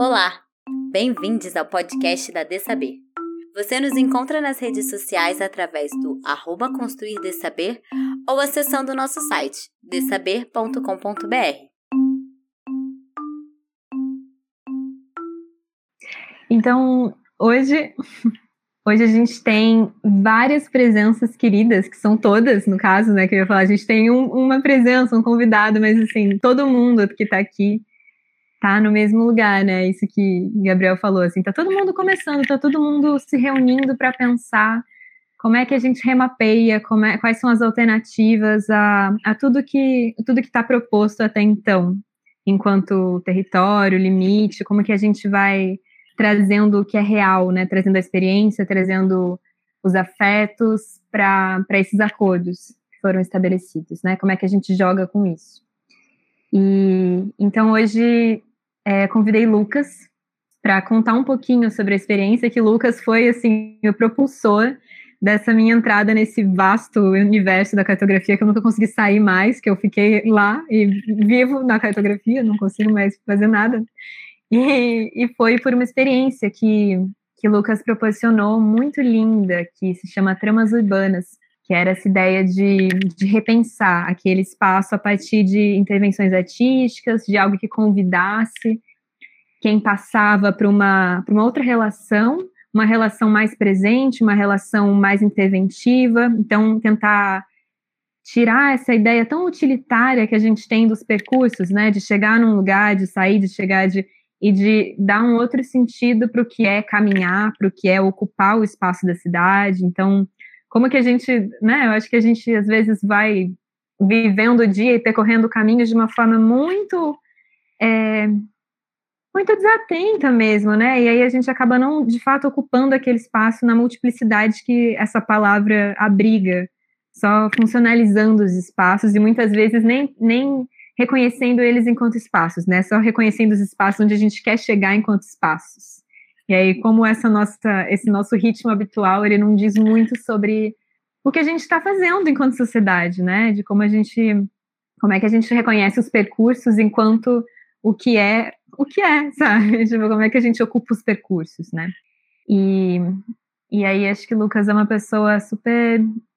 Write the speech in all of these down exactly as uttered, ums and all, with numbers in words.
Olá, bem-vindos ao podcast da DeSaber. Você nos encontra nas redes sociais através do arroba construir DeSaber ou acessando o nosso site, desaber ponto com ponto b r. Então, hoje, hoje a gente tem várias presenças queridas, que são todas, no caso, né, que eu ia falar, a gente tem um, uma presença, um convidado, mas assim, todo mundo que tá aqui tá no mesmo lugar, né, isso que Gabriel falou, assim, tá todo mundo começando, tá todo mundo se reunindo para pensar como é que a gente remapeia, como é, quais são as alternativas a, a tudo que tudo que está proposto até então, enquanto território, limite, como que a gente vai trazendo o que é real, né, trazendo a experiência, trazendo os afetos para esses acordos que foram estabelecidos, né, como é que a gente joga com isso. E então hoje é, convidei Lucas para contar um pouquinho sobre a experiência, que Lucas foi assim o propulsor dessa minha entrada nesse vasto universo da cartografia, que eu nunca consegui sair mais, que eu fiquei lá e vivo na cartografia, não consigo mais fazer nada. E, e foi por uma experiência que, que Lucas proporcionou muito linda, que se chama Tramas Urbanas, que era essa ideia de, de repensar aquele espaço a partir de intervenções artísticas, de algo que convidasse quem passava para uma, para uma outra relação, uma relação mais presente, uma relação mais interventiva. Então, tentar tirar essa ideia tão utilitária que a gente tem dos percursos, né, de chegar num lugar, de sair, de chegar, de, e de dar um outro sentido para o que é caminhar, para o que é ocupar o espaço da cidade. Então, como que a gente, né, eu acho que a gente às vezes vai vivendo o dia e percorrendo caminhos de uma forma muito... É, muito desatenta mesmo, né? E aí a gente acaba não, de fato, ocupando aquele espaço na multiplicidade que essa palavra abriga, só funcionalizando os espaços e muitas vezes nem, nem reconhecendo eles enquanto espaços, né? Só reconhecendo os espaços onde a gente quer chegar enquanto espaços. E aí, como essa nossa, esse nosso ritmo habitual, ele não diz muito sobre o que a gente está fazendo enquanto sociedade, né? De como a gente, como é que a gente reconhece os percursos enquanto o que é, o que é, sabe? Tipo, como é que a gente ocupa os percursos, né? E, e aí acho que o Lucas é uma pessoa super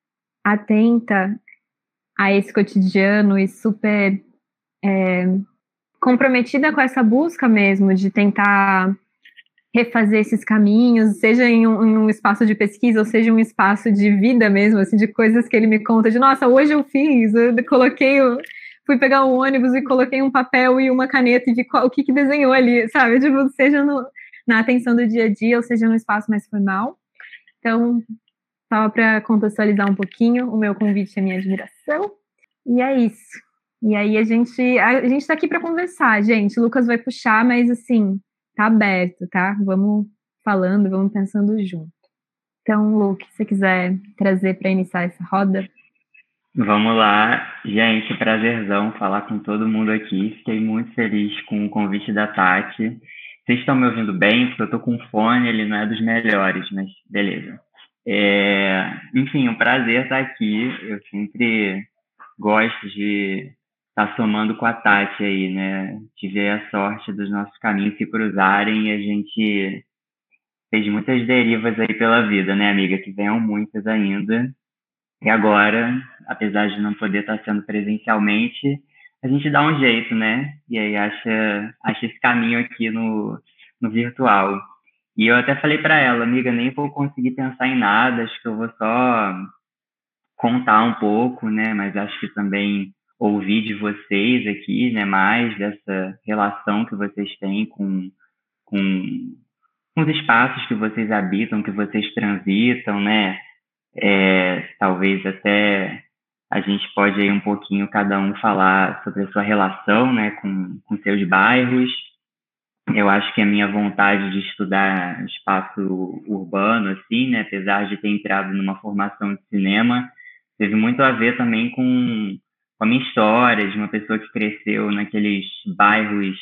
atenta a esse cotidiano e super é, comprometida com essa busca mesmo de tentar refazer esses caminhos, seja em um, em um espaço de pesquisa ou seja um espaço de vida mesmo, assim, de coisas que ele me conta, de nossa, hoje eu fiz, eu coloquei o... fui pegar um ônibus e coloquei um papel e uma caneta e vi qual, o que que desenhou ali, sabe? Tipo, seja no, na atenção do dia a dia ou seja no espaço mais formal. Então, só para contextualizar um pouquinho, o meu convite é minha admiração. E é isso. E aí a gente a, a gente tá aqui para conversar, gente. O Lucas vai puxar, mas assim, tá aberto, tá? Vamos falando, vamos pensando junto. Então, Lu, se você quiser trazer para iniciar essa roda. Vamos lá, gente, prazerzão falar com todo mundo aqui. Fiquei muito feliz com o convite da Tati. Vocês estão me ouvindo bem? Porque eu tô com fone, ele não é dos melhores, mas beleza. É... Enfim, um prazer estar aqui. Eu sempre gosto de estar somando com a Tati aí, né? Tive a sorte dos nossos caminhos se cruzarem e a gente fez muitas derivas aí pela vida, né, amiga? Que venham muitas ainda. E agora, apesar de não poder estar sendo presencialmente, a gente dá um jeito, né? E aí acha, acha esse caminho aqui no, no virtual. E eu até falei para ela, amiga, nem vou conseguir pensar em nada, acho que eu vou só contar um pouco, né? Mas acho que também ouvir de vocês aqui, né? Mais dessa relação que vocês têm com, com, com os espaços que vocês habitam, que vocês transitam, né? É, talvez até a gente pode aí um pouquinho cada um falar sobre a sua relação, né, com, com seus bairros. Eu acho que a minha vontade de estudar espaço urbano, assim, né, apesar de ter entrado numa formação de cinema, teve muito a ver também com, com a minha história, de uma pessoa que cresceu naqueles bairros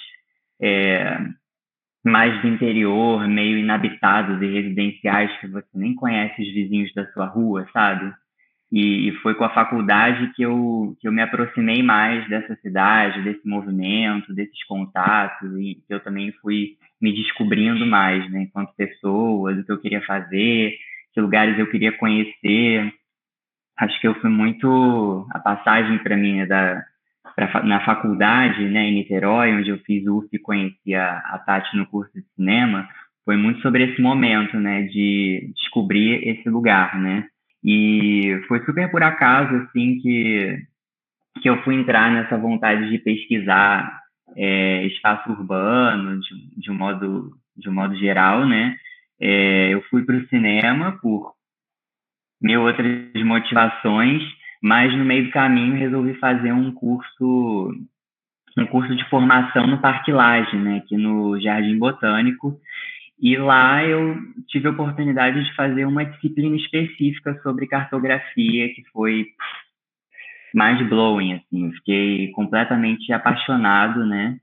é, mais do interior, meio inabitados e residenciais, que você nem conhece os vizinhos da sua rua, sabe? E, e foi com a faculdade que eu, que eu me aproximei mais dessa cidade, desse movimento, desses contatos, e que eu também fui me descobrindo mais, né, enquanto pessoa, do que eu queria fazer, que lugares eu queria conhecer. Acho que eu fui muito, a passagem para mim, né, da, pra, na faculdade, né, em Niterói, onde eu fiz U F e conheci a, a Tati no curso de cinema, foi muito sobre esse momento, né, de descobrir esse lugar, né. E foi super por acaso, assim, que, que eu fui entrar nessa vontade de pesquisar é, espaço urbano, de, de, um modo, de um modo geral, né. É, eu fui para o cinema por mil outras motivações, mas no meio do caminho resolvi fazer um curso, um curso de formação no Parque Lage, né, aqui no Jardim Botânico, e lá eu tive a oportunidade de fazer uma disciplina específica sobre cartografia, que foi mind-blowing, assim, eu fiquei completamente apaixonado, né,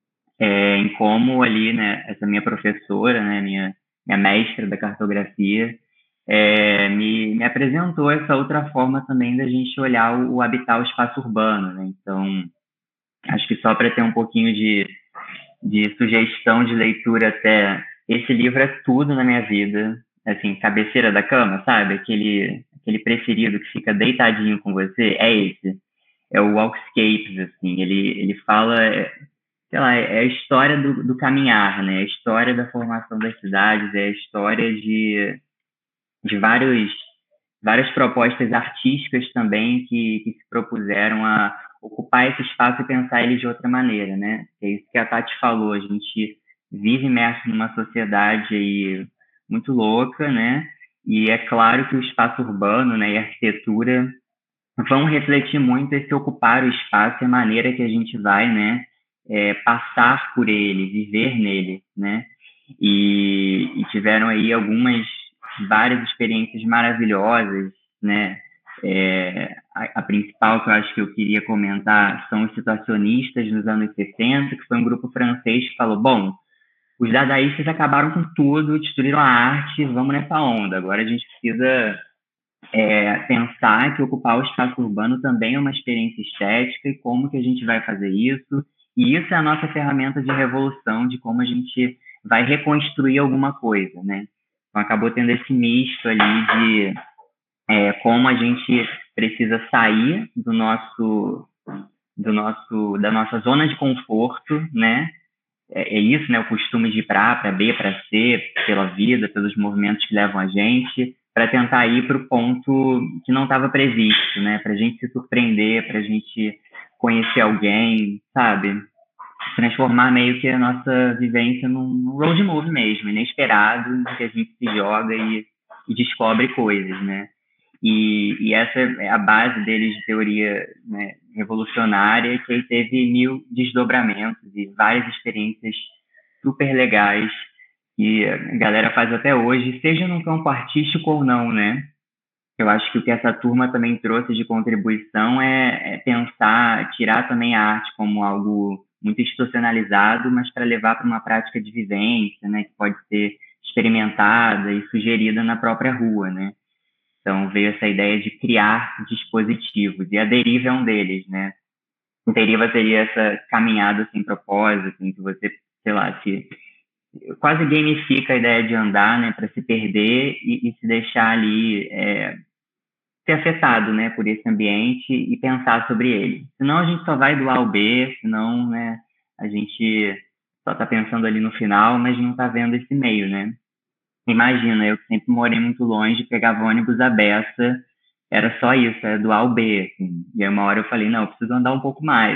é, em como ali, né, essa minha professora, né, minha, minha mestra da cartografia, é, me, me apresentou essa outra forma também da gente olhar o, o habitar o espaço urbano, né, então, acho que só para ter um pouquinho de, de sugestão de leitura até, esse livro é tudo na minha vida, assim, cabeceira da cama, sabe, aquele, aquele preferido que fica deitadinho com você, é esse, é o Walkscapes, assim, ele, ele fala, sei lá, é a história do, do caminhar, né, a história da formação das cidades, é a história de, de vários, várias propostas artísticas também que, que se propuseram a ocupar esse espaço e pensar ele de outra maneira, né? É isso que a Tati falou, a gente vive imerso numa sociedade aí muito louca, né? E é claro que o espaço urbano, né, e a arquitetura vão refletir muito esse ocupar o espaço e a maneira que a gente vai, né, é, passar por ele, viver nele, né? E, e tiveram aí algumas várias experiências maravilhosas, né? É, a, a principal que eu acho que eu queria comentar são os situacionistas nos anos sessenta, que foi um grupo francês que falou, bom, os dadaístas acabaram com tudo, destruíram a arte, vamos nessa onda. Agora a gente precisa é, pensar que ocupar o espaço urbano também é uma experiência estética e como que a gente vai fazer isso. E isso é a nossa ferramenta de revolução, de como a gente vai reconstruir alguma coisa, né? Então, acabou tendo esse misto ali de é, como a gente precisa sair do nosso, do nosso, da nossa zona de conforto, né? É, é isso, né? O costume de ir para A, para B, para C, pela vida, pelos movimentos que levam a gente, para tentar ir para o ponto que não estava previsto, né? Para a gente se surpreender, para a gente conhecer alguém, sabe? Transformar meio que a nossa vivência num road movie mesmo, inesperado, em que a gente se joga e, e descobre coisas, né? E, e essa é a base deles de teoria, né, revolucionária, que aí teve mil desdobramentos e várias experiências super legais que a galera faz até hoje, seja num campo artístico ou não, né? Eu acho que o que essa turma também trouxe de contribuição é, é pensar, tirar também a arte como algo muito institucionalizado, mas para levar para uma prática de vivência, né, que pode ser experimentada e sugerida na própria rua, né? Então veio essa ideia de criar dispositivos, e a deriva é um deles, né? A deriva seria essa caminhada sem propósito, em que você, sei lá, se quase gamifica a ideia de andar, né, para se perder e, e se deixar ali é, ser afetado, né, por esse ambiente e pensar sobre ele. Senão a gente só vai do A ao B, senão, né, a gente só está pensando ali no final, mas não está vendo esse meio, né? Imagina, eu que sempre morei muito longe, pegava ônibus à beça, era só isso, era do A ao B, assim. E aí uma hora eu falei, não, eu preciso andar um pouco mais.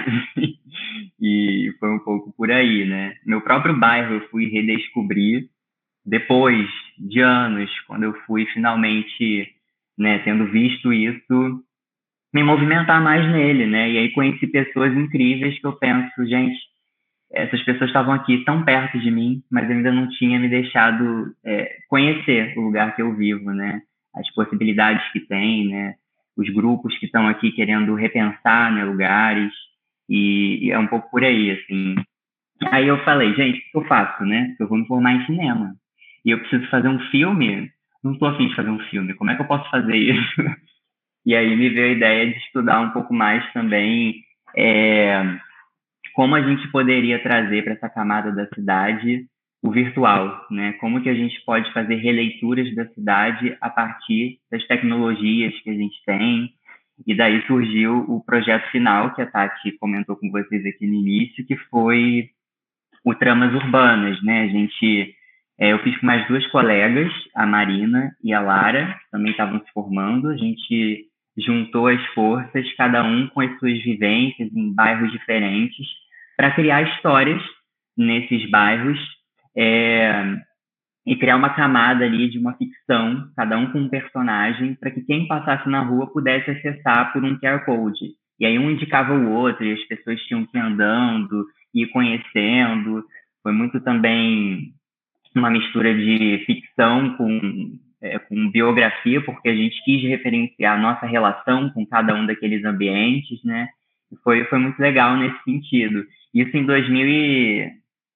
E foi um pouco por aí, né? Meu próprio bairro eu fui redescobrir depois de anos, quando eu fui finalmente, né, tendo visto isso, me movimentar mais nele, né? E aí conheci pessoas incríveis que eu penso, gente, essas pessoas estavam aqui tão perto de mim, mas ainda não tinha me deixado é, conhecer o lugar que eu vivo, né? As possibilidades que tem, né? Os grupos que estão aqui querendo repensar, né, lugares, e, e é um pouco por aí, assim. Aí eu falei, gente, o que eu faço, né? Eu vou me formar em cinema. E eu preciso fazer um filme? Não estou afim de fazer um filme, como é que eu posso fazer isso? E aí me veio a ideia de estudar um pouco mais também é, como a gente poderia trazer para essa camada da cidade o virtual, né? Como que a gente pode fazer releituras da cidade a partir das tecnologias que a gente tem. E daí surgiu o projeto final, que a Tati comentou com vocês aqui no início, que foi o Tramas Urbanas, né? A gente, é, eu fiz com mais duas colegas, a Marina e a Lara, que também estavam se formando. A gente juntou as forças, cada um com as suas vivências em bairros diferentes, para criar histórias nesses bairros, é, e criar uma camada ali de uma ficção, cada um com um personagem, para que quem passasse na rua pudesse acessar por um Q R Code. E aí um indicava o outro, e as pessoas tinham que ir andando, ir conhecendo. Foi muito também uma mistura de ficção com, é, com biografia, porque a gente quis referenciar a nossa relação com cada um daqueles ambientes, né? E foi, foi muito legal nesse sentido. Isso em dois mil e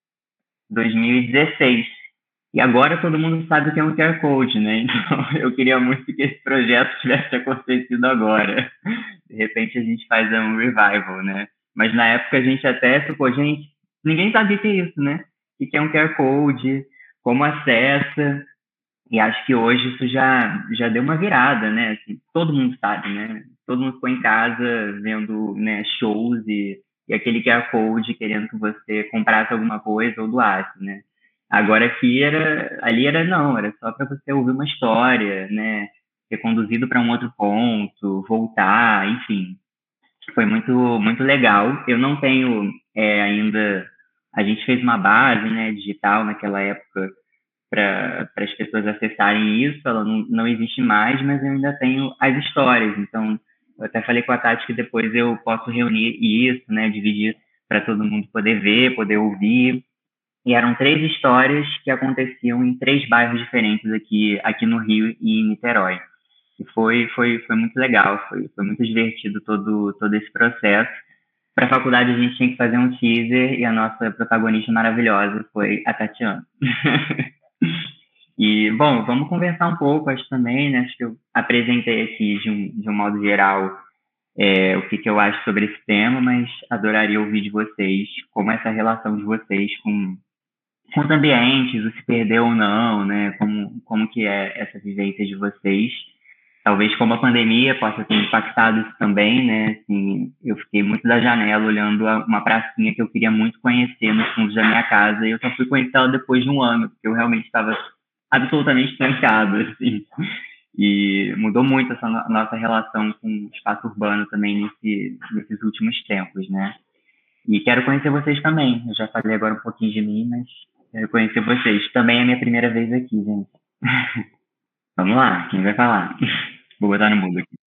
dezesseis. E agora todo mundo sabe o que é um Q R Code, né? Então eu queria muito que esse projeto tivesse acontecido agora. De repente a gente faz um revival, né? Mas na época a gente até ficou, gente, ninguém sabe o que é isso, né? O que é um Q R Code, como acessa. E acho que hoje isso já, já deu uma virada, né? Assim, todo mundo sabe, né? Todo mundo ficou em casa vendo, né, shows e, e aquele Q R Code querendo que você comprasse alguma coisa ou doasse, né? Agora aqui era, ali era não, era só para você ouvir uma história, né? Ser conduzido para um outro ponto, voltar, enfim. Foi muito, muito legal. Eu não tenho é, ainda... A gente fez uma base, né, digital naquela época para as pessoas acessarem isso. Ela não, não existe mais, mas eu ainda tenho as histórias. Então, eu até falei com a Tati que depois eu posso reunir isso, né, dividir para todo mundo poder ver, poder ouvir. E eram três histórias que aconteciam em três bairros diferentes aqui, aqui no Rio e em Niterói. E foi, foi, foi muito legal, foi, foi muito divertido todo, todo esse processo. Para a faculdade a gente tinha que fazer um teaser e a nossa protagonista maravilhosa foi a Tatiana. E, bom, vamos conversar um pouco, acho também, né? Acho que eu apresentei aqui de um, de um modo geral é, o que, que eu acho sobre esse tema, mas adoraria ouvir de vocês como essa relação de vocês com, com os ambientes, o se perder ou não, né? Como, como que é essa vivência de vocês. Talvez como a pandemia possa ter impactado isso também, né? Assim, eu fiquei muito da janela olhando uma pracinha que eu queria muito conhecer nos fundos da minha casa e eu só fui conhecer ela depois de um ano, porque eu realmente estava absolutamente trancado, assim. E mudou muito essa no- nossa relação com o espaço urbano também nesse, nesses últimos tempos, né? E quero conhecer vocês também. Eu já falei agora um pouquinho de mim, mas quero conhecer vocês. Também é a minha primeira vez aqui, gente. Vamos lá, quem vai falar? Vou botar no mudo aqui.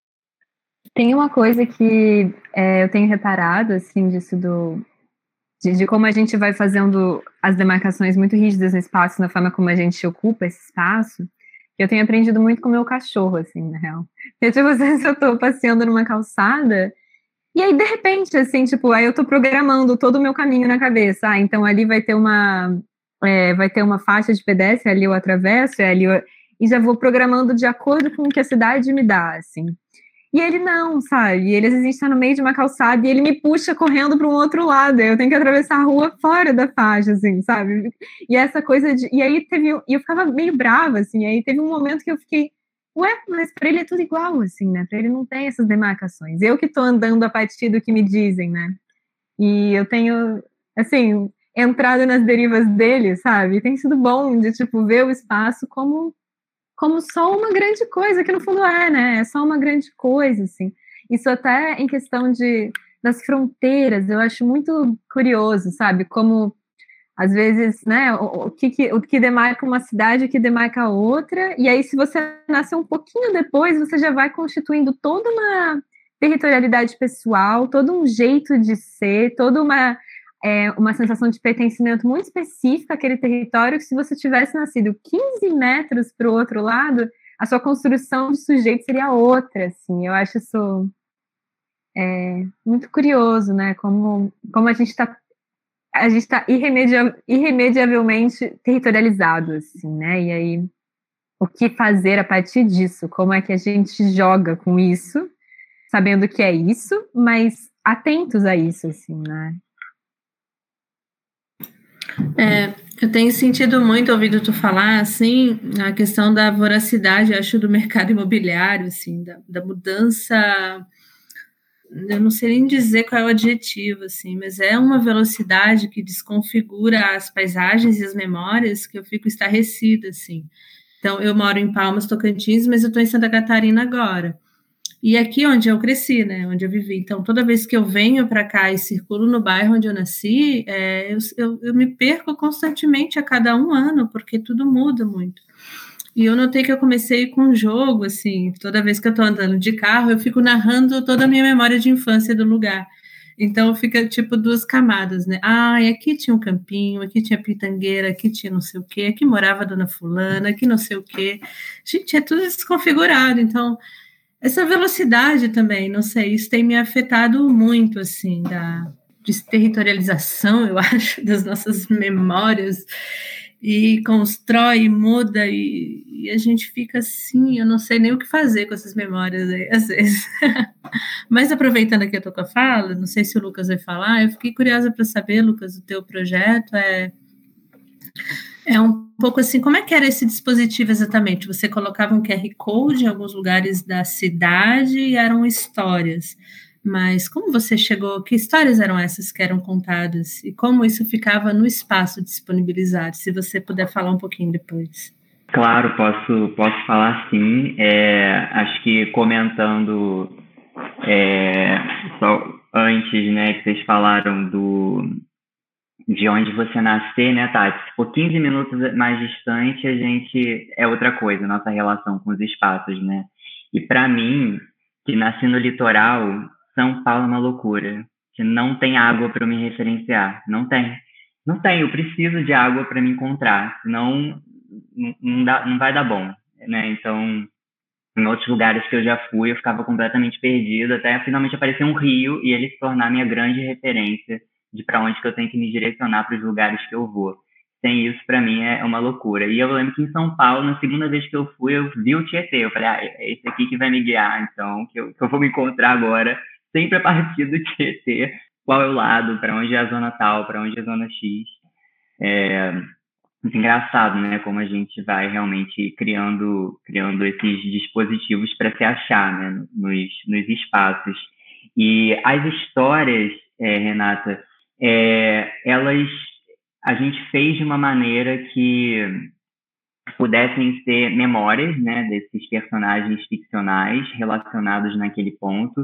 Tem uma coisa que é, eu tenho reparado, assim, disso do... De, de como a gente vai fazendo as demarcações muito rígidas no espaço, na forma como a gente ocupa esse espaço, que eu tenho aprendido muito com o meu cachorro, assim, na real. Porque, tipo, às vezes eu tô passeando numa calçada, e aí, de repente, assim, tipo, aí eu tô programando todo o meu caminho na cabeça. Ah, então ali vai ter uma, é, vai ter uma faixa de pedestre, ali eu atravesso, é ali eu... e já vou programando de acordo com o que a cidade me dá, assim. E ele não, sabe? E ele às vezes está no meio de uma calçada e ele me puxa correndo para um outro lado. Eu tenho que atravessar a rua fora da faixa, assim, sabe? E essa coisa de. E aí teve. E eu ficava meio brava, assim. Aí teve um momento que eu fiquei. Ué, mas para ele é tudo igual, assim, né? Para ele não tem essas demarcações. Eu que tô andando a partir do que me dizem, né? E eu tenho, assim, entrado nas derivas dele, sabe? E tem sido bom de, tipo, ver o espaço como. como só uma grande coisa, que no fundo é, né? É só uma grande coisa, assim. Isso até em questão de, das fronteiras, eu acho muito curioso, sabe? Como, às vezes, né, o, o, que, o que demarca uma cidade, o que demarca a outra, e aí se você nascer um pouquinho depois, você já vai constituindo toda uma territorialidade pessoal, todo um jeito de ser, toda uma... É uma sensação de pertencimento muito específica àquele território, que se você tivesse nascido quinze metros para o outro lado, a sua construção de sujeito seria outra, assim. Eu acho isso é, muito curioso, né? Como, como a gente está a gente está irremedia, irremediavelmente territorializado, assim, né? E aí, o que fazer a partir disso? Como é que a gente joga com isso, sabendo que é isso, mas atentos a isso, assim, né? É, eu tenho sentido muito, ouvido tu falar, assim, a questão da voracidade, acho, do mercado imobiliário, assim, da, da mudança. Eu não sei nem dizer qual é o adjetivo, assim, mas é uma velocidade que desconfigura as paisagens e as memórias que eu fico estarrecida, assim. Então, eu moro em Palmas, Tocantins, mas eu estou em Santa Catarina agora. E aqui onde eu cresci, né, onde eu vivi. Então, toda vez que eu venho para cá e circulo no bairro onde eu nasci, é, eu, eu, eu me perco constantemente a cada um ano, porque tudo muda muito. E eu notei que eu comecei com um jogo, assim, toda vez que eu estou andando de carro, eu fico narrando toda a minha memória de infância do lugar. Então fica tipo duas camadas, né? Ah, aqui tinha um campinho, aqui tinha pitangueira, aqui tinha não sei o quê, aqui morava a dona fulana, aqui não sei o quê. Gente, é tudo desconfigurado. Então, essa velocidade também, não sei, isso tem me afetado muito, assim, da desterritorialização, eu acho, das nossas memórias, e constrói, muda, e, e a gente fica assim, eu não sei nem o que fazer com essas memórias aí, às vezes. Mas aproveitando aqui a tua fala, não sei se o Lucas vai falar, eu fiquei curiosa para saber, Lucas, o teu projeto é, é um pouco assim, como é que era esse dispositivo exatamente? Você colocava um Q R Code em alguns lugares da cidade e eram histórias, mas como você chegou, que histórias eram essas que eram contadas e como isso ficava no espaço disponibilizado? Se você puder falar um pouquinho depois. Claro, posso, posso falar sim. É, acho que comentando é, só antes, né, que vocês falaram do, de onde você nascer, né, Tati? Se for quinze minutos mais distante, a gente é outra coisa, nossa relação com os espaços, né? E para mim, que nasci no litoral, São Paulo é uma loucura, que não tem água para me referenciar, não tem. Não tem, eu preciso de água para me encontrar, senão não, não, dá, não vai dar bom, né? Então, em outros lugares que eu já fui, eu ficava completamente perdido, até finalmente aparecer um rio e ele se tornar minha grande referência de para onde que eu tenho que me direcionar para os lugares que eu vou. Sem isso, para mim, é uma loucura. E eu lembro que em São Paulo, na segunda vez que eu fui, eu vi o Tietê. Eu falei, ah, é esse aqui que vai me guiar, então, que eu, que eu vou me encontrar agora, sempre a partir do Tietê, qual é o lado, para onde é a zona tal, para onde é a zona X. É muito engraçado, né? Como a gente vai realmente criando, criando esses dispositivos para se achar, né? Nos, nos espaços. E as histórias, é, Renata, é, elas a gente fez de uma maneira que pudessem ser memórias, né, desses personagens ficcionais relacionados naquele ponto,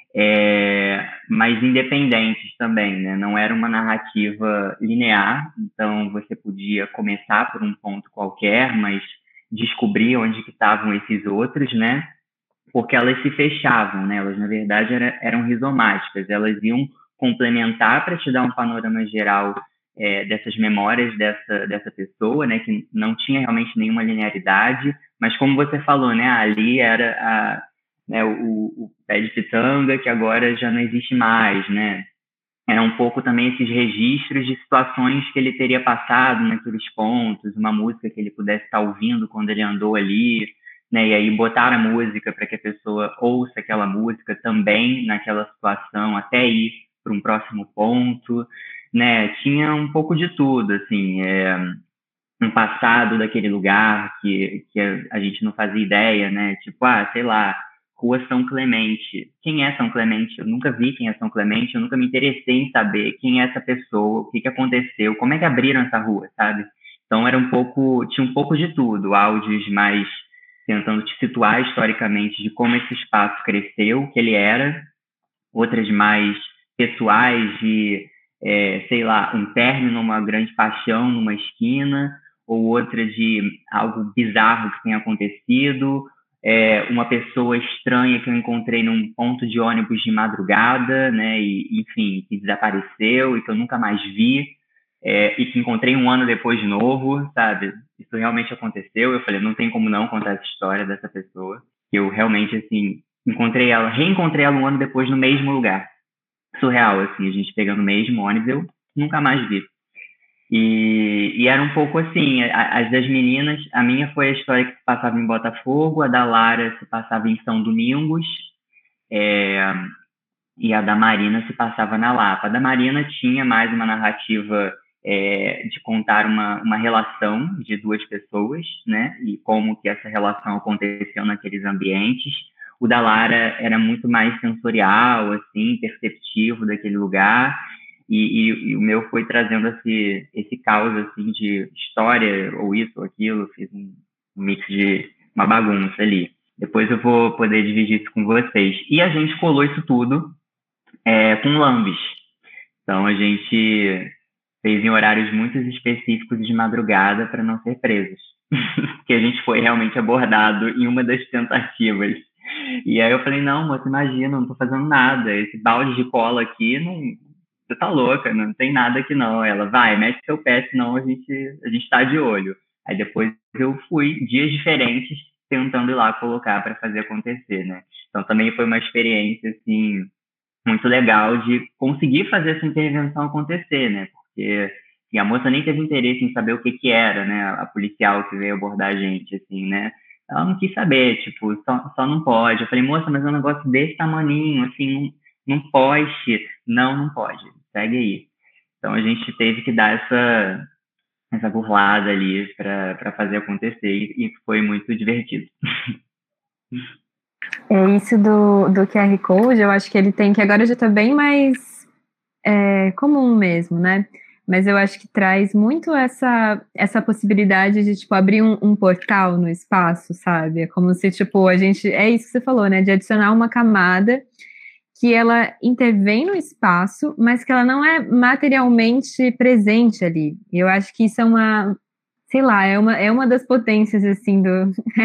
é, mas independentes também, né? Não era uma narrativa linear, então você podia começar por um ponto qualquer, mas descobrir onde que estavam esses outros, né? Porque elas se fechavam, né? Elas, na verdade, era, eram rizomáticas, elas iam complementar para te dar um panorama geral é, dessas memórias dessa, dessa pessoa, né? Que não tinha realmente nenhuma linearidade, mas como você falou, né? Ali era a, né, o, o pé de pitanga, que agora já não existe mais, né? Era um pouco também esses registros de situações que ele teria passado naqueles pontos, uma música que ele pudesse estar ouvindo quando ele andou ali, né? E aí botar a música para que a pessoa ouça aquela música também naquela situação, até ir para um próximo ponto, né? Tinha um pouco de tudo, assim, é, um passado daquele lugar que, que a gente não fazia ideia, né? Tipo, ah, sei lá, Rua São Clemente. Quem é São Clemente? Eu nunca vi quem é São Clemente, eu nunca me interessei em saber quem é essa pessoa, o que, que aconteceu, como é que abriram essa rua, sabe? Então era um pouco, tinha um pouco de tudo, áudios mais tentando te situar historicamente de como esse espaço cresceu, que ele era, outras mais pessoais de, é, sei lá, um término, uma grande paixão numa esquina, ou outra de algo bizarro que tenha acontecido, é, uma pessoa estranha que eu encontrei num ponto de ônibus de madrugada, né, e, enfim, que desapareceu e que eu nunca mais vi, é, e que encontrei um ano depois de novo, sabe? Isso realmente aconteceu. Eu falei, não tem como não contar essa história dessa pessoa. Eu realmente, assim, encontrei ela, reencontrei ela um ano depois no mesmo lugar. Surreal, assim, a gente pegando o mesmo ônibus, eu nunca mais vi. E, e era um pouco assim, as das meninas, a minha foi a história que se passava em Botafogo, a da Lara se passava em São Domingos, é, e a da Marina se passava na Lapa. A da Marina tinha mais uma narrativa é, de contar uma, uma relação de duas pessoas, né? E como que essa relação aconteceu naqueles ambientes. O da Lara era muito mais sensorial, assim, perceptivo daquele lugar. E, e, e o meu foi trazendo esse, esse caos, assim, de história, ou isso ou aquilo. Fiz um mix de uma bagunça ali. Depois eu vou poder dividir isso com vocês. E a gente colou isso tudo é, com lambes. Então, a gente fez em horários muito específicos de madrugada para não ser presos. Porque a gente foi realmente abordado em uma das tentativas. E aí eu falei, não, moça, imagina, não tô fazendo nada. Esse balde de cola aqui, não, você tá louca, não tem nada aqui não. Ela, vai, mete seu pé, senão a gente, a gente tá de olho. Aí depois eu fui, dias diferentes, tentando ir lá colocar para fazer acontecer, né? Então também foi uma experiência, assim, muito legal de conseguir fazer essa intervenção acontecer, né? Porque assim, a moça nem teve interesse em saber o que que era, né? A policial que veio abordar a gente, assim, né? Ela não quis saber, tipo, só, só não pode. Eu falei, moça, mas é um negócio desse tamaninho, assim, não, não pode. Não, não pode. Segue aí. Então a gente teve que dar essa, essa burlada ali para fazer acontecer e, e foi muito divertido. É isso do, do Q R Code, eu acho que ele tem, que agora já está bem mais é, comum mesmo, né? Mas eu acho que traz muito essa, essa possibilidade de, tipo, abrir um, um portal no espaço, sabe? É como se, tipo, a gente... É isso que você falou, né? De adicionar uma camada que ela intervém no espaço, mas que ela não é materialmente presente ali. E eu acho que isso é uma... Sei lá, é uma, é uma das potências, assim, do...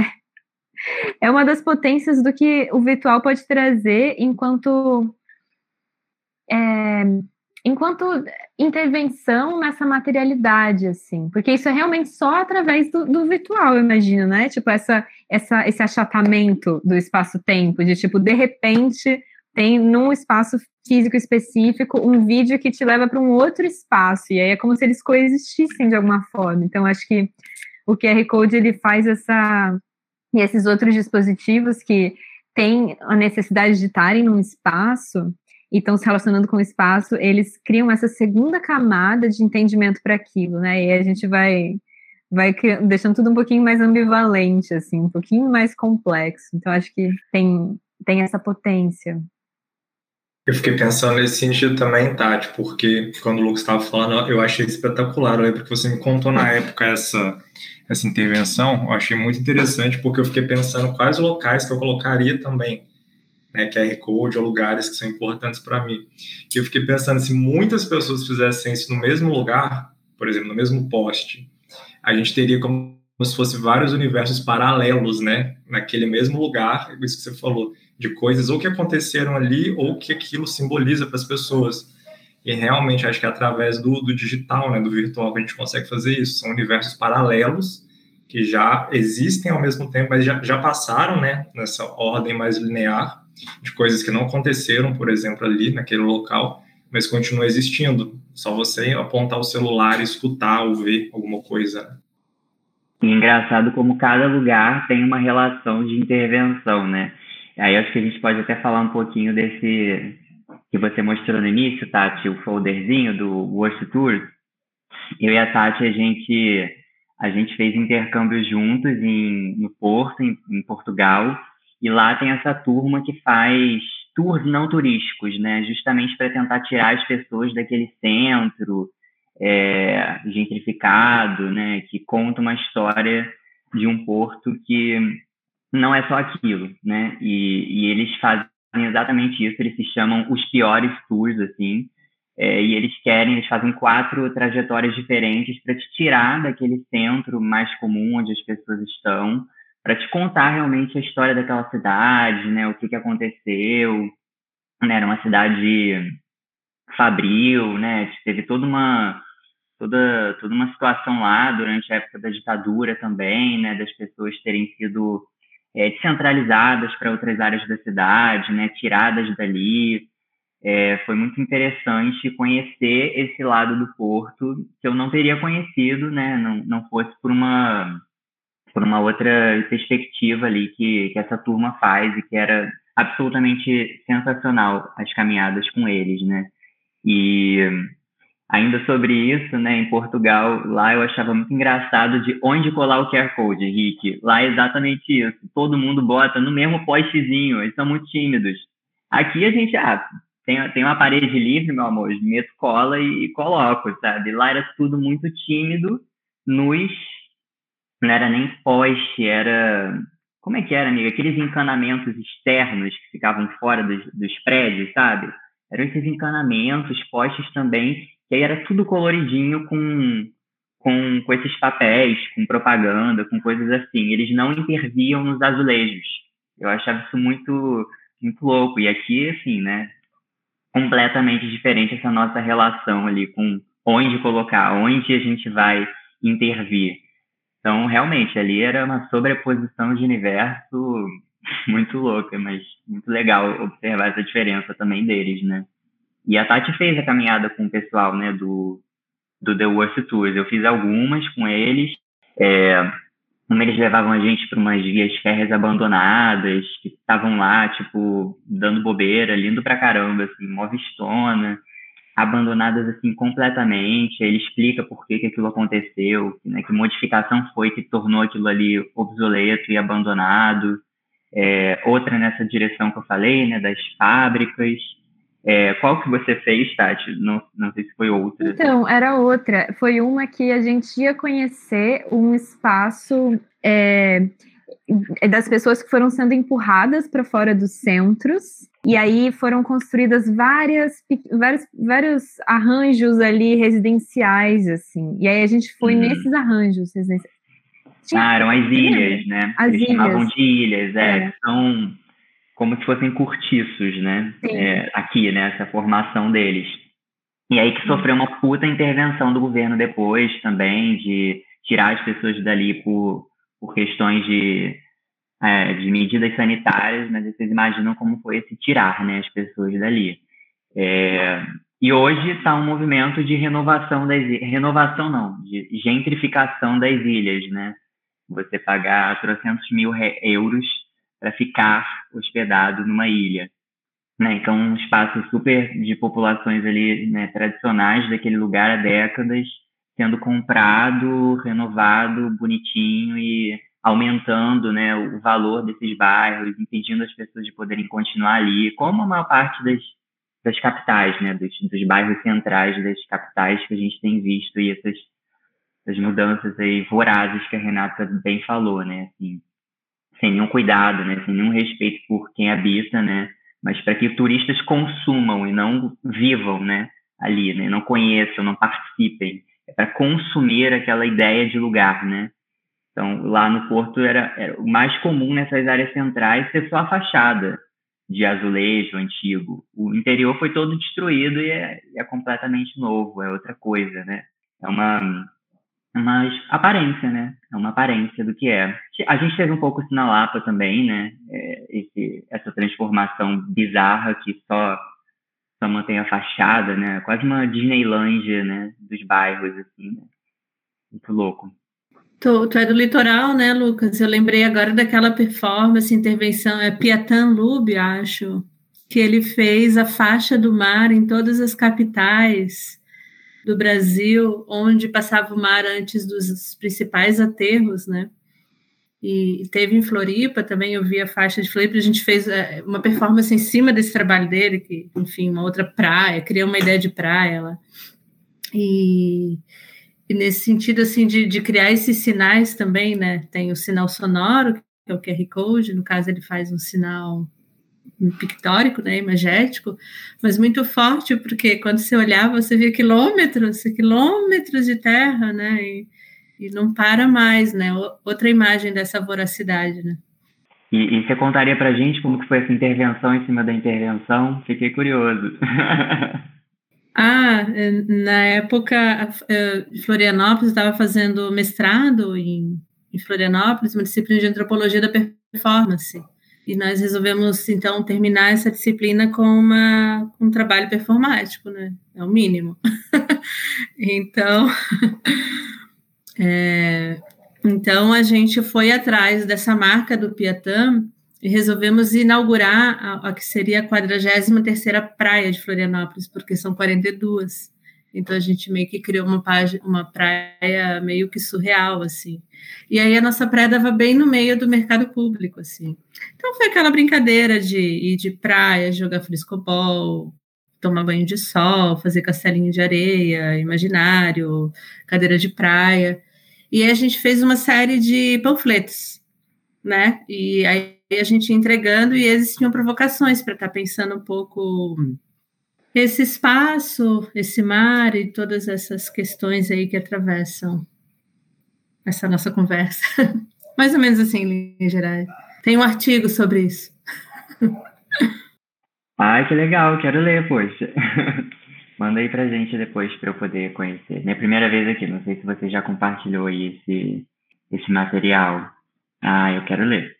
é uma das potências do que o virtual pode trazer enquanto... É, enquanto intervenção nessa materialidade, assim, porque isso é realmente só através do, do virtual, eu imagino, né? Tipo, essa, essa, esse achatamento do espaço-tempo, de tipo, de repente, tem num espaço físico específico um vídeo que te leva para um outro espaço, e aí é como se eles coexistissem de alguma forma. Então, acho que o Q R Code, ele faz essa... E esses outros dispositivos que têm a necessidade de estarem num espaço e estão se relacionando com o espaço, eles criam essa segunda camada de entendimento para aquilo, né? E a gente vai, vai deixando tudo um pouquinho mais ambivalente, assim, um pouquinho mais complexo. Então, acho que tem, tem essa potência. Eu fiquei pensando nesse sentido também, Tati, porque quando o Lucas estava falando, eu achei espetacular. Eu lembro que você me contou na época essa, essa intervenção, eu achei muito interessante, porque eu fiquei pensando quais locais que eu colocaria também, né, Q R Code ou lugares que são importantes para mim. E eu fiquei pensando, se muitas pessoas fizessem isso no mesmo lugar, por exemplo, no mesmo poste, a gente teria como se fosse vários universos paralelos, né, naquele mesmo lugar, isso que você falou, de coisas ou que aconteceram ali ou que aquilo simboliza para as pessoas. E realmente acho que é através do, do digital, né, do virtual, que a gente consegue fazer isso. São universos paralelos que já existem ao mesmo tempo, mas já, já passaram, né, nessa ordem mais linear de coisas que não aconteceram, por exemplo, ali naquele local, mas continuam existindo. Só você apontar o celular, escutar ou ver alguma coisa. E engraçado como cada lugar tem uma relação de intervenção, né? Aí acho que a gente pode até falar um pouquinho desse que você mostrou no início, Tati, o folderzinho do World Tour. Eu e a Tati, a gente, a gente fez intercâmbios juntos em, no Porto, em, em Portugal, e lá tem essa turma que faz tours não turísticos, né? Justamente para tentar tirar as pessoas daquele centro é, gentrificado, né? Que conta uma história de um porto que não é só aquilo, né? E, e eles fazem exatamente isso, eles se chamam os piores tours, assim, é, e eles querem, eles fazem quatro trajetórias diferentes para te tirar daquele centro mais comum onde as pessoas estão, para te contar realmente a história daquela cidade, né? O que que aconteceu, né? Era uma cidade fabril, né? Teve toda uma toda toda uma situação lá durante a época da ditadura também, né? Das pessoas terem sido É, descentralizadas para outras áreas da cidade, né, tiradas dali. É, foi muito interessante conhecer esse lado do Porto que eu não teria conhecido, né, não, não fosse por uma, por uma outra perspectiva ali que, que essa turma faz e que era absolutamente sensacional as caminhadas com eles, né. E, ainda sobre isso, né, em Portugal, lá eu achava muito engraçado de onde colar o Q R Code, Rick. Lá é exatamente isso. Todo mundo bota no mesmo postzinho, eles são muito tímidos. Aqui a gente, ah, tem, tem uma parede livre, meu amor, meto cola e, e coloco, sabe? Lá era tudo muito tímido, nos... Não era nem poste, era... Como é que era, amiga? Aqueles encanamentos externos que ficavam fora dos, dos prédios, sabe? Eram esses encanamentos, postes também, que aí era tudo coloridinho com, com, com esses papéis, com propaganda, com coisas assim. Eles não interviam nos azulejos. Eu achava isso muito, muito louco. E aqui, assim, né? Completamente diferente essa nossa relação ali com onde colocar, onde a gente vai intervir. Então, realmente, ali era uma sobreposição de universo muito louca, mas muito legal observar essa diferença também deles, né? E a Tati fez a caminhada com o pessoal, né, do, do The Worst Tours. Eu fiz algumas com eles. É, como eles levavam a gente para umas vias férreas abandonadas, que estavam lá, tipo, dando bobeira, lindo pra caramba, assim, mó vistona, abandonadas, assim, completamente. Ele explica por que, que aquilo aconteceu, né, que modificação foi que tornou aquilo ali obsoleto e abandonado. É, outra nessa direção que eu falei, né, das fábricas. É, qual que você fez, Tati? Não, não sei se foi outra. Então, era outra. Foi uma que a gente ia conhecer um espaço é, das pessoas que foram sendo empurradas para fora dos centros. E aí foram construídas várias, vários, vários arranjos ali residenciais, assim. E aí a gente foi uhum. nesses arranjos residenciais. Tinha... Ah, eram as ilhas, né? As Eles ilhas. chamavam de ilhas, é. é. São como se fossem cortiços, né? É, aqui, né? Essa formação deles. E aí que sofreu uma puta intervenção do governo depois também, de tirar as pessoas dali por, por questões de, é, de medidas sanitárias, mas vocês imaginam como foi esse tirar, né, as pessoas dali. É, e hoje está um movimento de renovação das renovação não, de gentrificação das ilhas, né? Você pagar trocentos mil euros para ficar hospedado numa ilha. Né, então, um espaço super de populações ali, né, tradicionais daquele lugar há décadas, sendo comprado, renovado, bonitinho e aumentando, né, o valor desses bairros, impedindo as pessoas de poderem continuar ali, como a maior parte das, das capitais, né, dos, dos bairros centrais das capitais que a gente tem visto, e essas, essas mudanças aí vorazes que a Renata bem falou, né, assim, sem nenhum cuidado, né, sem nenhum respeito por quem habita, né, mas para que turistas consumam e não vivam, né, ali, né, não conheçam, não participem. É para consumir aquela ideia de lugar, né? Então, lá no Porto, era, era o mais comum nessas áreas centrais ser só a fachada de azulejo antigo. O interior foi todo destruído e é, é completamente novo, é outra coisa, né? É uma, uma aparência, né? É uma aparência do que é. A gente teve um pouco isso na Lapa também, né? É, esse, essa transformação bizarra que só, só mantém a fachada, né? Quase uma Disneylândia, né? Dos bairros, assim, né? Muito louco. Tu, tu é do litoral, né, Lucas? Eu lembrei agora daquela performance, intervenção, é Piatan Lube, acho, que ele fez a faixa do mar em todas as capitais do Brasil, onde passava o mar antes dos principais aterros, né? E teve em Floripa também, eu vi a faixa de Floripa, a gente fez uma performance em cima desse trabalho dele, que, enfim, uma outra praia, criou uma ideia de praia lá. E, e nesse sentido, assim, de, de criar esses sinais também, né? Tem o sinal sonoro, que é o Q R Code, no caso ele faz um sinal pictórico, né, imagético, mas muito forte, porque quando você olhava, você via quilômetros, quilômetros de terra, né, e, e não para mais, né, outra imagem dessa voracidade, né. E, e você contaria pra gente como que foi essa intervenção em cima da intervenção? Fiquei curioso. Ah, na época, Florianópolis estava fazendo mestrado em, em Florianópolis, uma disciplina de antropologia da performance. E nós resolvemos, então, terminar essa disciplina com, uma, com um trabalho performático, né? É o mínimo. então, é, então, a gente foi atrás dessa marca do Piatã e resolvemos inaugurar a, a que seria a quadragésima terceira praia de Florianópolis, porque são quarenta e duas. Então a gente meio que criou uma, página, uma praia meio que surreal, assim. E aí a nossa praia dava bem no meio do mercado público, assim. Então foi aquela brincadeira de ir de praia, jogar frescobol, tomar banho de sol, fazer castelinho de areia, imaginário, cadeira de praia. E aí a gente fez uma série de panfletos, né? E aí a gente ia entregando e eles tinham provocações para estar pensando um pouco esse espaço, esse mar e todas essas questões aí que atravessam essa nossa conversa. Mais ou menos assim, em geral. Tem um artigo sobre isso. Ai, que legal, quero ler, poxa. Manda aí pra gente depois para eu poder conhecer. Minha primeira vez aqui, não sei se você já compartilhou aí esse, esse material. Ah, eu quero ler.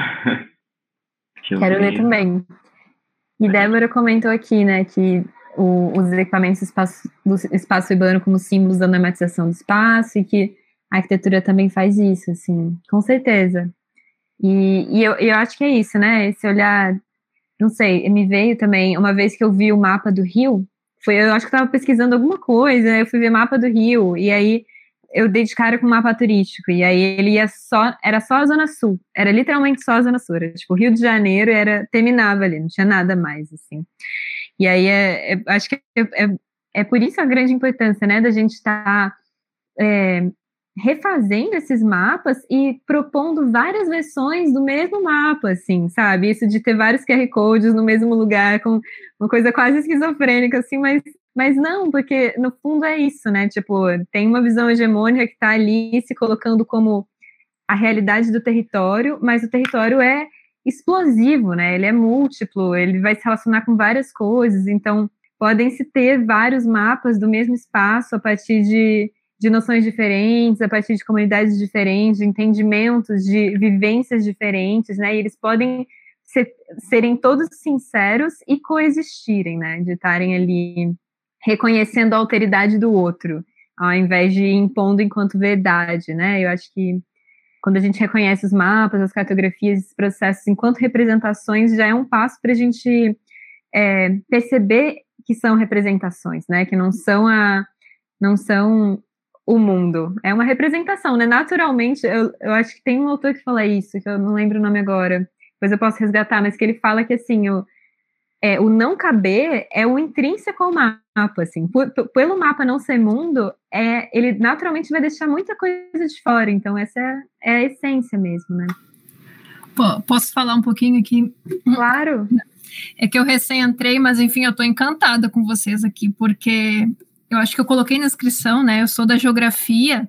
Quero ler também. E Débora comentou aqui, né, que o, os equipamentos do espaço, do espaço urbano como símbolos da normatização do espaço e que a arquitetura também faz isso, assim, com certeza. E, e eu, eu acho que é isso, né, esse olhar, não sei, me veio também, uma vez que eu vi o mapa do Rio, foi, eu acho que eu estava pesquisando alguma coisa, eu fui ver mapa do Rio, e aí eu dei de cara com o mapa turístico, e aí ele ia só, era só a Zona Sul, era literalmente só a Zona Sul, era, tipo, Rio de Janeiro era, terminava ali, não tinha nada mais, assim. E aí, é, é, acho que é, é, é por isso a grande importância, né, da gente estar tá, é, refazendo esses mapas e propondo várias versões do mesmo mapa, assim, sabe? Isso de ter vários Q R Codes no mesmo lugar, com uma coisa quase esquizofrênica, assim, mas Mas não, porque no fundo é isso, né? Tipo, tem uma visão hegemônica que está ali se colocando como a realidade do território, mas o território é explosivo, né? Ele é múltiplo, ele vai se relacionar com várias coisas, então podem-se ter vários mapas do mesmo espaço a partir de, de noções diferentes, a partir de comunidades diferentes, de entendimentos, de vivências diferentes, né? E eles podem ser, serem todos sinceros e coexistirem, né? De estarem ali reconhecendo a alteridade do outro, ao invés de impondo enquanto verdade, né? Eu acho que quando a gente reconhece os mapas, as cartografias, esses processos enquanto representações, já é um passo para a gente é, perceber que são representações, né? Que não são a, não são o mundo. É uma representação, né? Naturalmente, eu, eu acho que tem um autor que fala isso, que eu não lembro o nome agora, depois eu posso resgatar, mas que ele fala que assim, o É, o não caber é o intrínseco ao mapa, assim, por, por, pelo mapa não ser mundo, é, ele naturalmente vai deixar muita coisa de fora, então essa é, é a essência mesmo, né? Pô, posso falar um pouquinho aqui? Claro. É que eu recém entrei, mas enfim, eu tô encantada com vocês aqui, porque eu acho que eu coloquei na inscrição, né, eu sou da geografia,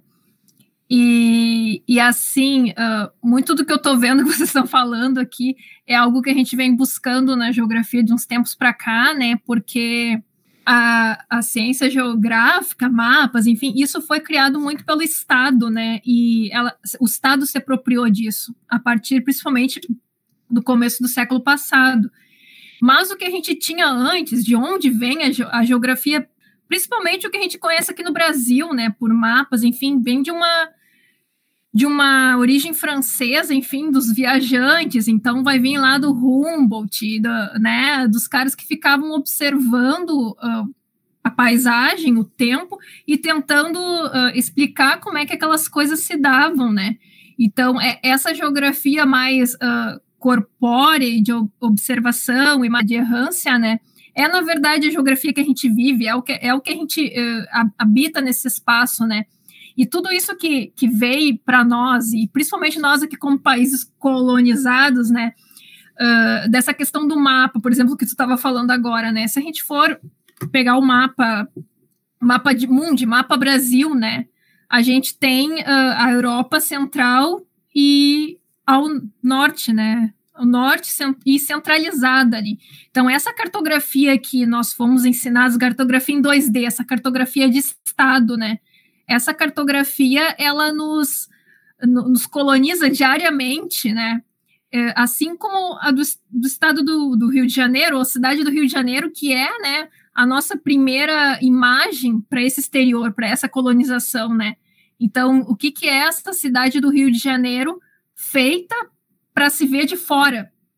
E, e assim, uh, muito do que eu estou vendo que vocês estão falando aqui é algo que a gente vem buscando na geografia de uns tempos para cá, né? Porque a, a ciência geográfica, mapas, enfim, isso foi criado muito pelo Estado, né? E ela, o Estado se apropriou disso, a partir principalmente do começo do século passado. Mas o que a gente tinha antes, de onde vem a, a geografia, principalmente o que a gente conhece aqui no Brasil, né? Por mapas, enfim, vem de uma... de uma origem francesa, enfim, dos viajantes, então vai vir lá do Humboldt, da, né, dos caras que ficavam observando uh, a paisagem, o tempo, e tentando uh, explicar como é que aquelas coisas se davam, né? Então, é, essa geografia mais uh, corpórea, de observação e de errância, né, é, na verdade, a geografia que a gente vive, é o que, é o que a gente uh, habita nesse espaço, né? E tudo isso que, que veio para nós, e principalmente nós aqui como países colonizados, né, uh, dessa questão do mapa, por exemplo, que tu estava falando agora, né, se a gente for pegar o mapa, mapa de mundo, mapa Brasil, né, a gente tem uh, a Europa Central e ao norte, né, o norte e centralizada ali. Então, essa cartografia que nós fomos ensinados, cartografia em dois D, essa cartografia de estado, né, essa cartografia, ela nos, nos coloniza diariamente, né? É, assim como a do, do estado do, do Rio de Janeiro, ou cidade do Rio de Janeiro, que é, né, a nossa primeira imagem para esse exterior, para essa colonização, né? Então, o que, que é essa cidade do Rio de Janeiro feita para se ver de fora?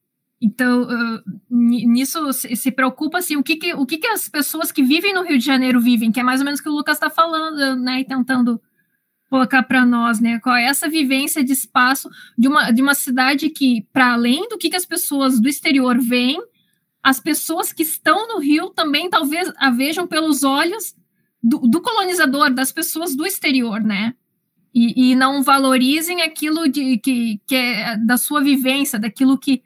Então, uh, nisso se, se preocupa, assim, o, que, que, o que, que as pessoas que vivem no Rio de Janeiro vivem, que é mais ou menos o que o Lucas está falando, né, e tentando colocar para nós, né, qual é essa vivência de espaço de uma, de uma cidade que, para além do que, que as pessoas do exterior veem, as pessoas que estão no Rio também talvez a vejam pelos olhos do, do colonizador, das pessoas do exterior, né? E, e não valorizem aquilo de, que, que é da sua vivência, daquilo que,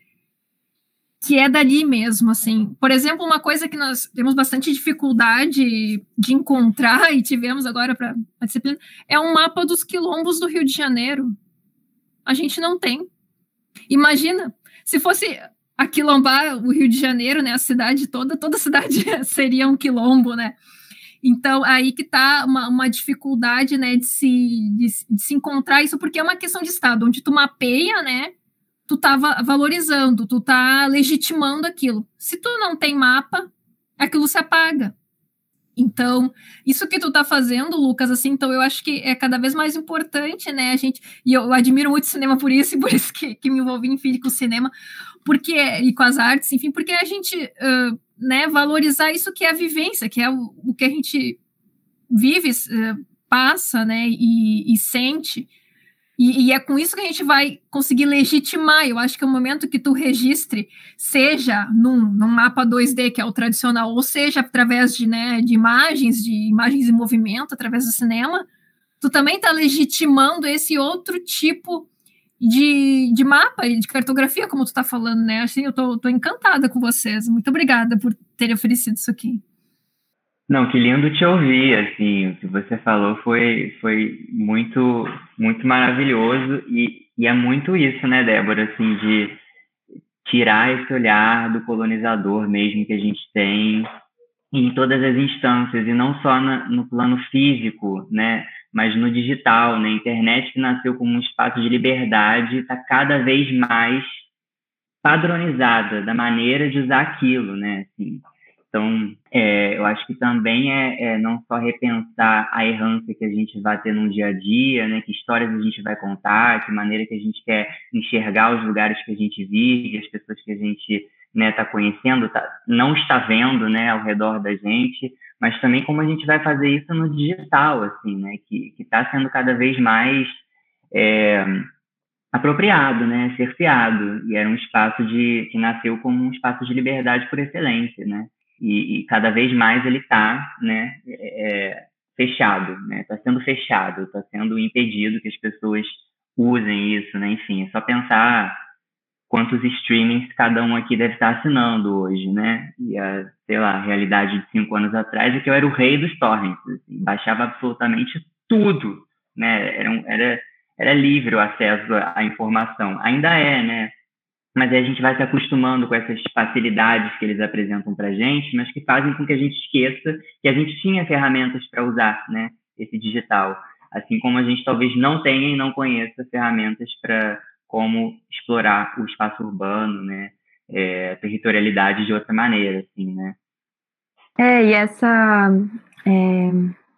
que é dali mesmo, assim. Por exemplo, uma coisa que nós temos bastante dificuldade de encontrar e tivemos agora para a disciplina é um mapa dos quilombos do Rio de Janeiro. A gente não tem. Imagina, se fosse aquilombar o Rio de Janeiro, né, a cidade toda, toda a cidade seria um quilombo, né? Então, aí que está uma, uma dificuldade, né, de se, de, de se encontrar isso, porque é uma questão de Estado, onde tu mapeia, né, tu tá valorizando, tu tá legitimando aquilo. Se tu não tem mapa, aquilo se apaga. Então, isso que tu tá fazendo, Lucas, assim, então eu acho que é cada vez mais importante, né, a gente, e eu admiro muito o cinema por isso, e por isso que, que me envolvi, enfim, com o cinema, porque, e com as artes, enfim, porque a gente, uh, né, valorizar isso que é a vivência, que é o, o que a gente vive, uh, passa, né, e, e sente, e, e é com isso que a gente vai conseguir legitimar. Eu acho que é o momento que tu registre, seja num, num mapa dois D, que é o tradicional, ou seja através de, né, de imagens, de imagens em movimento, através do cinema, tu também está legitimando esse outro tipo de, de mapa e de cartografia, como tu está falando, né? Assim, eu tô, tô encantada com vocês. Muito obrigada por terem oferecido isso aqui. Não, que lindo te ouvir, assim, o que você falou foi, foi muito, muito maravilhoso e, e é muito isso, né, Débora, assim, de tirar esse olhar do colonizador mesmo que a gente tem em todas as instâncias, e não só na, no plano físico, né, mas no digital, né, a internet que nasceu como um espaço de liberdade está cada vez mais padronizada da maneira de usar aquilo, né, assim. Então, é, eu acho que também é, é não só repensar a errância que a gente vai ter no dia a dia, né, que histórias a gente vai contar, que maneira que a gente quer enxergar os lugares que a gente vive, as pessoas que a gente, né, está conhecendo, tá, não está vendo, né, ao redor da gente, mas também como a gente vai fazer isso no digital, assim, né, que está sendo cada vez mais é, apropriado, né, cerceado, e era um espaço de, que nasceu como um espaço de liberdade por excelência, né. E, e cada vez mais ele está, né, é, fechado, né, está sendo fechado, está sendo impedido que as pessoas usem isso, né, enfim, é só pensar quantos streamings cada um aqui deve estar assinando hoje, né, e a, sei lá, a realidade de cinco anos atrás é que eu era o rei dos torrents, assim, baixava absolutamente tudo, né, era, um, era, era livre o acesso à, à informação, ainda é, né, mas aí a gente vai se acostumando com essas facilidades que eles apresentam para a gente, mas que fazem com que a gente esqueça que a gente tinha ferramentas para usar, né, esse digital. Assim como a gente talvez não tenha e não conheça ferramentas para como explorar o espaço urbano, né, é, a territorialidade de outra maneira, assim, né. É, e essa... É...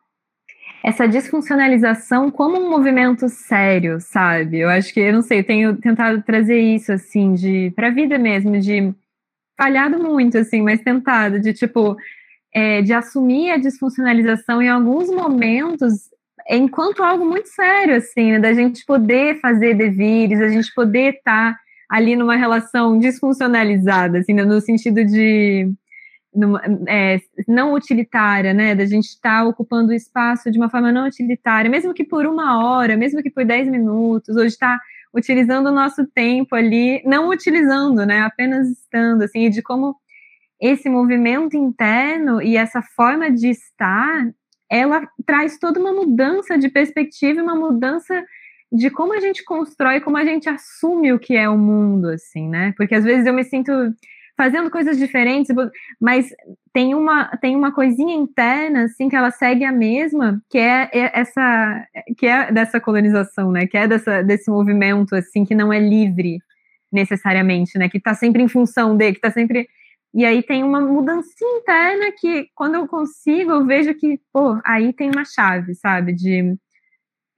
essa disfuncionalização como um movimento sério, sabe? Eu acho que, eu não sei, eu tenho tentado trazer isso, assim, de para a vida mesmo, de falhado muito, assim, mas tentado, de, tipo, é, de assumir a disfuncionalização em alguns momentos enquanto algo muito sério, assim, né? Da gente poder fazer deveres, a gente poder estar ali numa relação disfuncionalizada, assim, né? No sentido de... Numa, é, não utilitária, né, da gente estar tá ocupando o espaço de uma forma não utilitária, mesmo que por uma hora, mesmo que por dez minutos, ou de estar tá utilizando o nosso tempo ali, não utilizando, né, apenas estando, assim, e de como esse movimento interno e essa forma de estar, ela traz toda uma mudança de perspectiva, uma mudança de como a gente constrói, como a gente assume o que é o mundo, assim, né, porque às vezes eu me sinto fazendo coisas diferentes, mas tem uma, tem uma coisinha interna, assim, que ela segue a mesma, que é essa, que é dessa colonização, né, que é dessa, desse movimento, assim, que não é livre, necessariamente, né, que está sempre em função de, que está sempre... E aí tem uma mudança interna que, quando eu consigo, eu vejo que, pô, aí tem uma chave, sabe, de...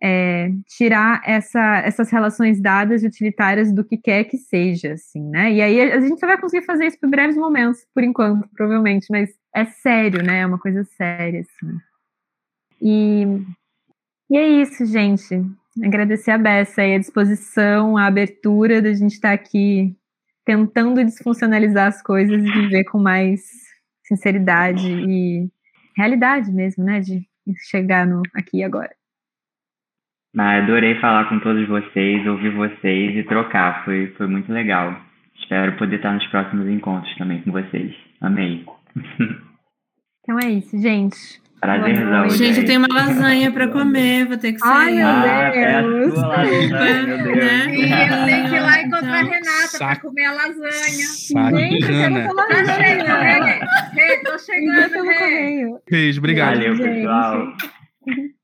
é, tirar essa, essas relações dadas e utilitárias do que quer que seja, assim, né? E aí a, a gente só vai conseguir fazer isso por breves momentos, por enquanto, provavelmente, mas é sério, né? É uma coisa séria, assim. E, e é isso, gente. Agradecer a Bessa e a disposição, a abertura da gente estar aqui tentando desfuncionalizar as coisas e viver com mais sinceridade e realidade mesmo, né? De chegar no aqui e agora. Ah, adorei falar com todos vocês, ouvir vocês e trocar. Foi, foi muito legal. Espero poder estar nos próximos encontros também com vocês. Amei. Então é isso, gente. Prazerzão. Gente, eu tenho uma lasanha para comer, vou ter que sair. Ai, meu Deus. Ah, é a sua lasanha, meu Deus. Né? Eu tenho que ir lá encontrar a Então, Renata sac- para comer a lasanha. Sacana. Tá chegando, Rê. Rê, tô Envia chegando, pelo Rê. correio. Beijo, obrigado. Valeu, Gente. pessoal.